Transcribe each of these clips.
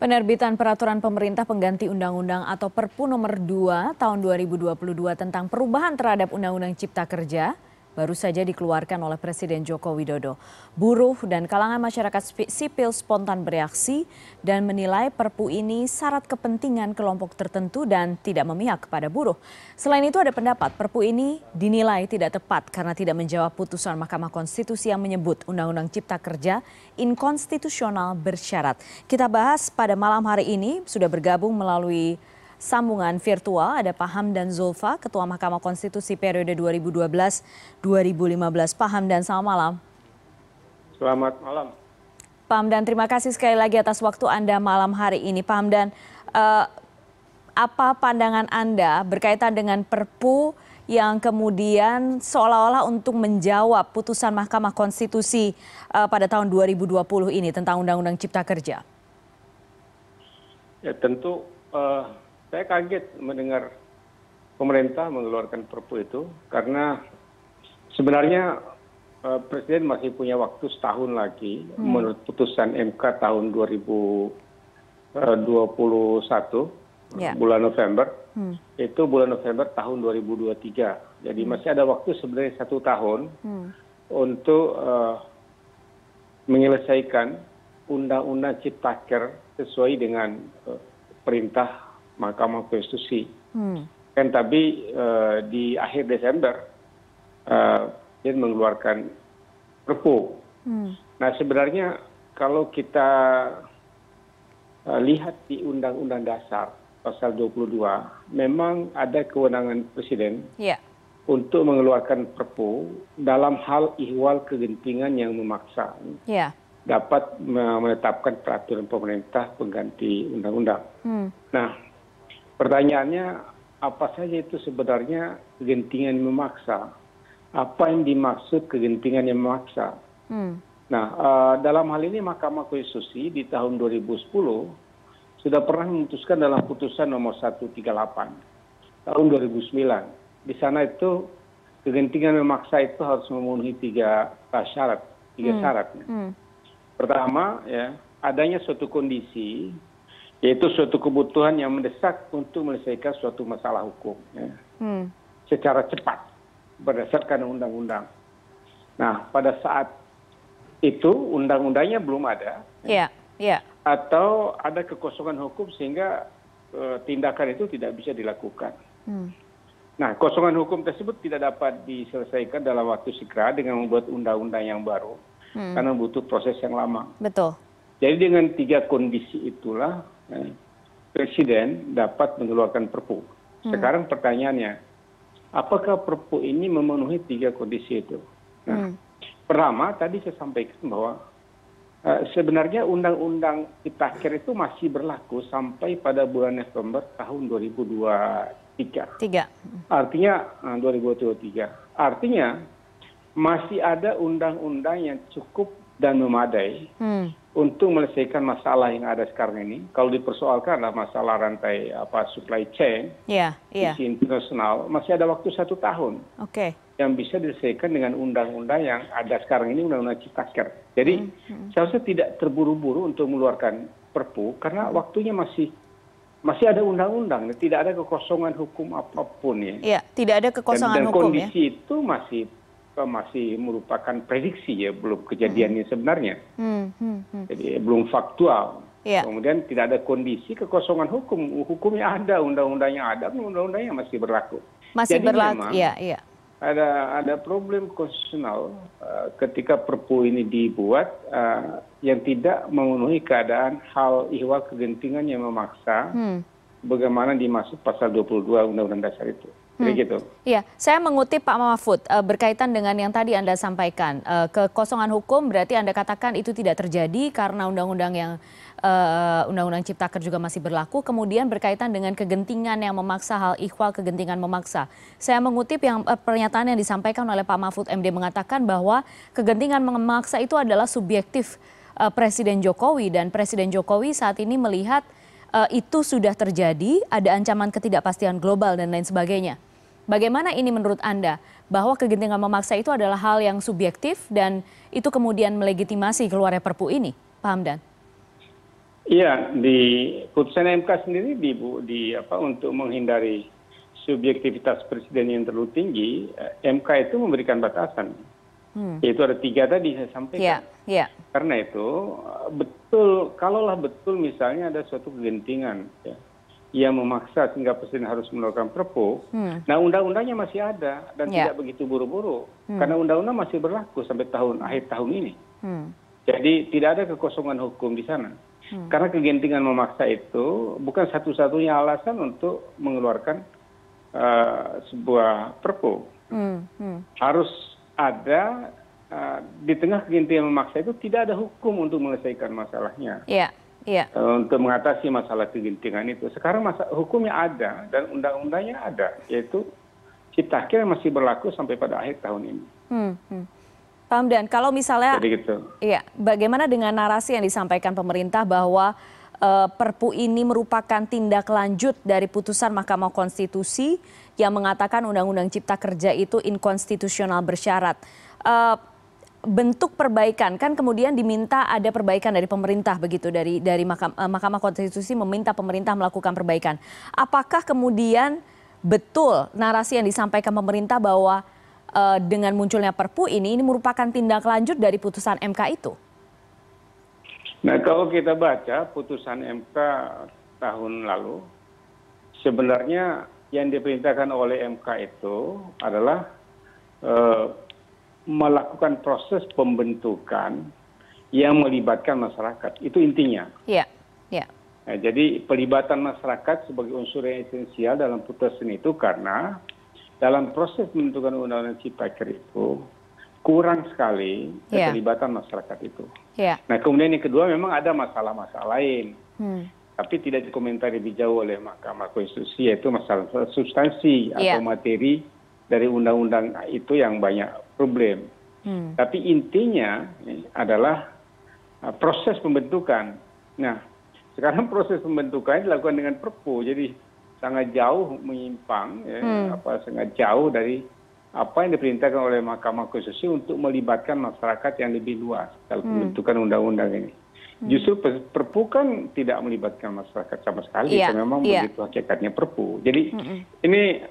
Penerbitan Peraturan Pemerintah Pengganti Undang-Undang atau Perpu Nomor 2 Tahun 2022 tentang perubahan terhadap Undang-Undang Cipta Kerja baru saja dikeluarkan oleh Presiden Joko Widodo. Buruh dan kalangan masyarakat sipil spontan bereaksi dan menilai Perpu ini syarat kepentingan kelompok tertentu dan tidak memihak kepada buruh. Selain itu ada pendapat Perpu ini dinilai tidak tepat karena tidak menjawab putusan Mahkamah Konstitusi yang menyebut Undang-Undang Cipta Kerja inkonstitusional bersyarat. Kita bahas pada malam hari ini, sudah bergabung melalui sambungan virtual ada Pak Hamdan Zulfa, Ketua Mahkamah Konstitusi periode 2012-2015. Pak Hamdan, selamat malam. Selamat malam. Pak Hamdan, terima kasih sekali lagi atas waktu Anda malam hari ini. Pak Hamdan, apa pandangan Anda berkaitan dengan Perpu yang kemudian seolah-olah untuk menjawab putusan Mahkamah Konstitusi pada tahun 2020 ini tentang Undang-Undang Cipta Kerja? Ya tentu saya kaget mendengar pemerintah mengeluarkan Perpu itu karena sebenarnya Presiden masih punya waktu setahun lagi menurut putusan MK tahun 2021 bulan November. Itu bulan November tahun 2023. Jadi masih ada waktu sebenarnya 1 tahun untuk menyelesaikan Undang-Undang Ciptaker sesuai dengan perintah Mahkamah Konstitusi. Kan tapi di akhir Desember dia mengeluarkan Perpu. Nah sebenarnya kalau kita lihat di Undang-Undang Dasar pasal 22, memang ada kewenangan Presiden untuk mengeluarkan Perpu dalam hal ihwal kegentingan yang memaksa. Dapat menetapkan peraturan pemerintah pengganti undang-undang. Nah, pertanyaannya apa saja itu sebenarnya kegentingan yang memaksa? Apa yang dimaksud kegentingan yang memaksa? Nah, dalam hal ini Mahkamah Konstitusi di tahun 2010 sudah pernah memutuskan dalam putusan nomor 138 tahun 2009. Di sana itu kegentingan memaksa itu harus memenuhi tiga syarat. Pertama, ya, adanya suatu kondisi, yaitu suatu kebutuhan yang mendesak untuk menyelesaikan suatu masalah hukum secara cepat berdasarkan undang-undang. Nah, pada saat itu undang-undangnya belum ada, atau ada kekosongan hukum sehingga tindakan itu tidak bisa dilakukan. Nah, kosongan hukum tersebut tidak dapat diselesaikan dalam waktu segera dengan membuat undang-undang yang baru. Karena butuh proses yang lama. Betul. Jadi dengan tiga kondisi itulah Presiden dapat mengeluarkan Perpu. Sekarang pertanyaannya, apakah Perpu ini memenuhi tiga kondisi itu? Nah, pertama tadi saya sampaikan bahwa sebenarnya Undang-Undang Ciptaker itu masih berlaku sampai pada bulan November tahun 2023. Artinya 2023. Artinya masih ada undang-undang yang cukup dan memadai untuk menyelesaikan masalah yang ada sekarang ini. Kalau dipersoalkan adalah masalah rantai supply chain, isi internasional, masih ada waktu 1 tahun yang bisa diselesaikan dengan undang-undang yang ada sekarang ini, Undang-Undang Ciptaker. Jadi seharusnya tidak terburu-buru untuk mengeluarkan Perpu karena waktunya masih ada undang-undang, tidak ada kekosongan hukum apapun ya. Tidak ada kekosongan hukum ya. Dan kondisi itu masih merupakan prediksi ya, belum kejadiannya sebenarnya. Jadi belum faktual. Kemudian tidak ada kondisi kekosongan hukum. Hukumnya ada, undang-undangnya ada, undang-undangnya masih berlaku. Jadi berlaku. Ada problem konstitusional ketika Perpu ini dibuat yang tidak memenuhi keadaan hal ihwal kegentingan yang memaksa bagaimana dimaksud pasal 22 Undang-Undang Dasar itu. Gitu. Iya, saya mengutip Pak Mahfud berkaitan dengan yang tadi Anda sampaikan, kekosongan hukum berarti Anda katakan itu tidak terjadi karena Undang-Undang Ciptaker juga masih berlaku. Kemudian berkaitan dengan kegentingan yang memaksa, hal ihwal kegentingan memaksa. Saya mengutip yang pernyataan yang disampaikan oleh Pak Mahfud MD mengatakan bahwa kegentingan memaksa itu adalah subjektif Presiden Jokowi dan Presiden Jokowi saat ini melihat itu sudah terjadi, ada ancaman ketidakpastian global dan lain sebagainya. Bagaimana ini menurut Anda bahwa kegentingan memaksa itu adalah hal yang subjektif dan itu kemudian melegitimasi keluarnya Perpu ini, Pak Hamdan? Iya, di putusan MK sendiri untuk menghindari subjektivitas presiden yang terlalu tinggi, MK itu memberikan batasan. Yaitu ada 3 tadi saya sampaikan. Karena itu betul, kalaulah betul misalnya ada suatu kegentingan yang memaksa sehingga presiden harus mengeluarkan perpu, nah undang-undangnya masih ada dan tidak begitu buru-buru, karena undang-undang masih berlaku sampai akhir tahun ini. Jadi tidak ada kekosongan hukum di sana. Karena kegentingan memaksa itu bukan satu-satunya alasan untuk mengeluarkan sebuah perpu. Harus ada di tengah kegentingan memaksa itu tidak ada hukum untuk menyelesaikan masalahnya. Untuk mengatasi masalah kegentingan itu. Sekarang hukumnya ada dan undang-undangnya ada, yaitu Ciptaker yang masih berlaku sampai pada akhir tahun ini. Pak Hamdan, kalau misalnya, gitu. Bagaimana dengan narasi yang disampaikan pemerintah bahwa Perpu ini merupakan tindak lanjut dari putusan Mahkamah Konstitusi yang mengatakan Undang-Undang Cipta Kerja itu inkonstitusional bersyarat. Bentuk perbaikan kan kemudian diminta ada perbaikan dari pemerintah begitu, dari Mahkamah Konstitusi meminta pemerintah melakukan perbaikan. Apakah kemudian betul narasi yang disampaikan pemerintah bahwa dengan munculnya Perpu ini merupakan tindak lanjut dari putusan MK itu? Nah, kalau kita baca putusan MK tahun lalu, sebenarnya yang diperintahkan oleh MK itu adalah melakukan proses pembentukan yang melibatkan masyarakat. Itu intinya. Nah, jadi pelibatan masyarakat sebagai unsur yang esensial dalam putusan itu karena dalam proses pembentukan Undang-Undang Cipta Kerja itu kurang sekali keterlibatan masyarakat itu. Nah, kemudian yang kedua memang ada masalah-masalah lain, tapi tidak dikomentari lebih jauh oleh Mahkamah Konstitusi, yaitu masalah substansi atau materi dari undang-undang itu yang banyak problem. Tapi intinya adalah proses pembentukan. Nah, sekarang proses pembentukan dilakukan dengan Perpu, jadi sangat jauh menyimpang, sangat jauh dari apa yang diperintahkan oleh Mahkamah Konstitusi untuk melibatkan masyarakat yang lebih luas dalam pembentukan undang-undang ini. Justru Perpu kan tidak melibatkan masyarakat sama sekali. Memang begitu hakikatnya Perpu. Jadi ini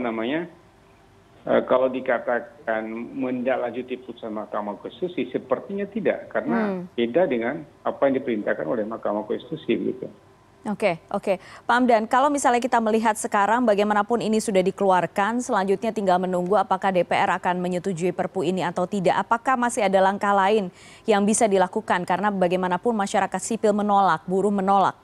kalau dikatakan menindaklanjuti putusan Mahkamah Konstitusi, sepertinya tidak, karena beda dengan apa yang diperintahkan oleh Mahkamah Konstitusi gitu. Oke. Pak Hamdan, kalau misalnya kita melihat sekarang bagaimanapun ini sudah dikeluarkan, selanjutnya tinggal menunggu apakah DPR akan menyetujui Perpu ini atau tidak. Apakah masih ada langkah lain yang bisa dilakukan? Karena bagaimanapun masyarakat sipil menolak, buruh menolak.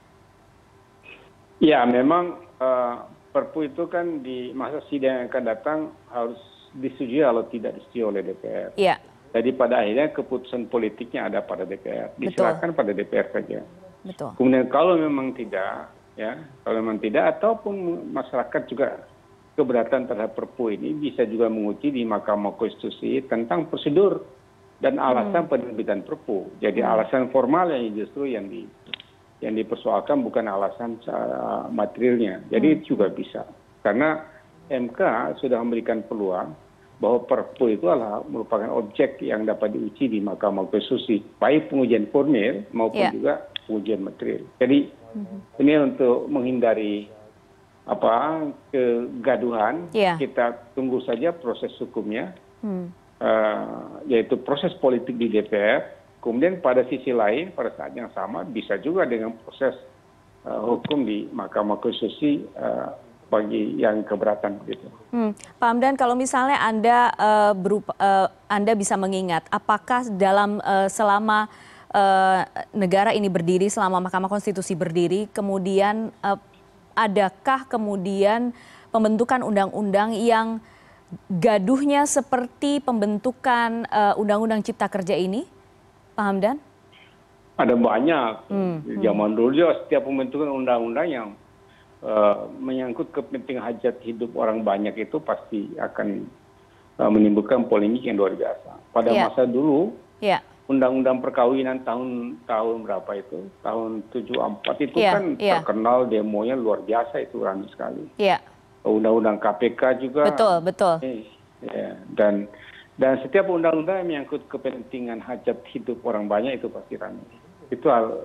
Ya, memang Perpu itu kan di masa sidang yang akan datang harus disetujui kalau tidak disetujui oleh DPR. Jadi pada akhirnya keputusan politiknya ada pada DPR. Diserahkan pada DPR saja. Kemudian kalau memang tidak, ataupun masyarakat juga keberatan terhadap Perpu ini, bisa juga menguji di Mahkamah Konstitusi tentang prosedur dan alasan penerbitan Perpu. Jadi alasan formal yang justru yang dipersoalkan bukan alasan materialnya. Jadi juga bisa, karena MK sudah memberikan peluang bahwa Perpu itu adalah merupakan objek yang dapat diuji di Mahkamah Konstitusi, baik pengujian formil maupun juga ujian material. Jadi ini untuk menghindari kegaduhan, kita tunggu saja proses hukumnya, yaitu proses politik di DPR. Kemudian pada sisi lain, pada saat yang sama bisa juga dengan proses hukum di Mahkamah Konstitusi bagi yang keberatan gitu. Pak Hamdan, kalau misalnya Anda bisa mengingat, apakah selama negara ini berdiri, selama Mahkamah Konstitusi berdiri, kemudian adakah kemudian pembentukan undang-undang yang gaduhnya seperti pembentukan Undang-Undang Cipta Kerja ini, Pak Hamdan? Ada banyak. Zaman dulu juga setiap pembentukan undang-undang yang menyangkut kepentingan hajat hidup orang banyak itu pasti akan menimbulkan polemik yang luar biasa. Pada masa dulu, Undang-Undang Perkawinan tahun berapa itu? Tahun 74 itu kan terkenal demonya luar biasa, itu ramai sekali. Undang-Undang KPK juga. Betul. Dan setiap undang-undang yang menyangkut kepentingan hajat hidup orang banyak itu pasti ramai. Itu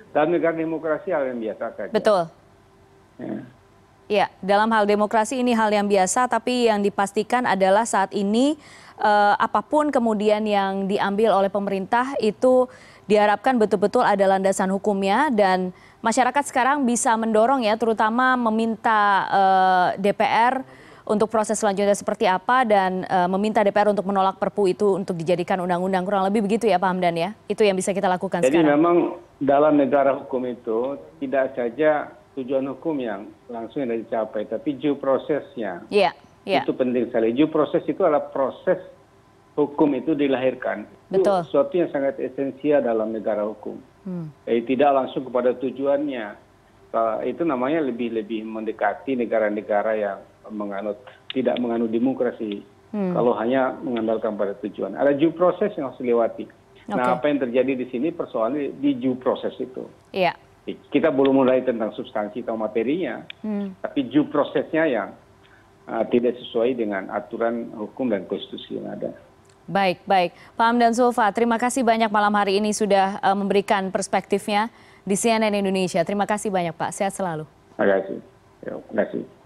Dalam negara demokrasi hal yang biasa saja. Betul. Ya. Ya, dalam hal demokrasi ini hal yang biasa, tapi yang dipastikan adalah saat ini apapun kemudian yang diambil oleh pemerintah itu diharapkan betul-betul ada landasan hukumnya dan masyarakat sekarang bisa mendorong ya, terutama meminta DPR untuk proses selanjutnya seperti apa dan meminta DPR untuk menolak Perpu itu untuk dijadikan undang-undang, kurang lebih begitu ya Pak Hamdan ya? Itu yang bisa kita lakukan Jadi sekarang. memang dalam negara hukum itu tidak saja tujuan hukum yang langsung yang dicapai, tapi due prosesnya. Iya, iya. Itu penting sekali. Due proses itu adalah proses hukum itu dilahirkan. Betul. Itu sesuatu yang sangat esensial dalam negara hukum. Tidak langsung kepada tujuannya. Itu namanya lebih mendekati negara-negara yang tidak menganut demokrasi. Kalau hanya mengandalkan pada tujuan. Ada due proses yang harus dilewati. Nah, apa yang terjadi di sini persoalannya di due proses itu. Iya. Kita belum mulai tentang substansi atau materinya, tapi due prosesnya yang tidak sesuai dengan aturan hukum dan konstitusi yang ada. Baik, baik. Pak Hamdan Zulfa, terima kasih banyak malam hari ini sudah memberikan perspektifnya di CNN Indonesia. Terima kasih banyak Pak, sehat selalu. Terima kasih. Terima kasih.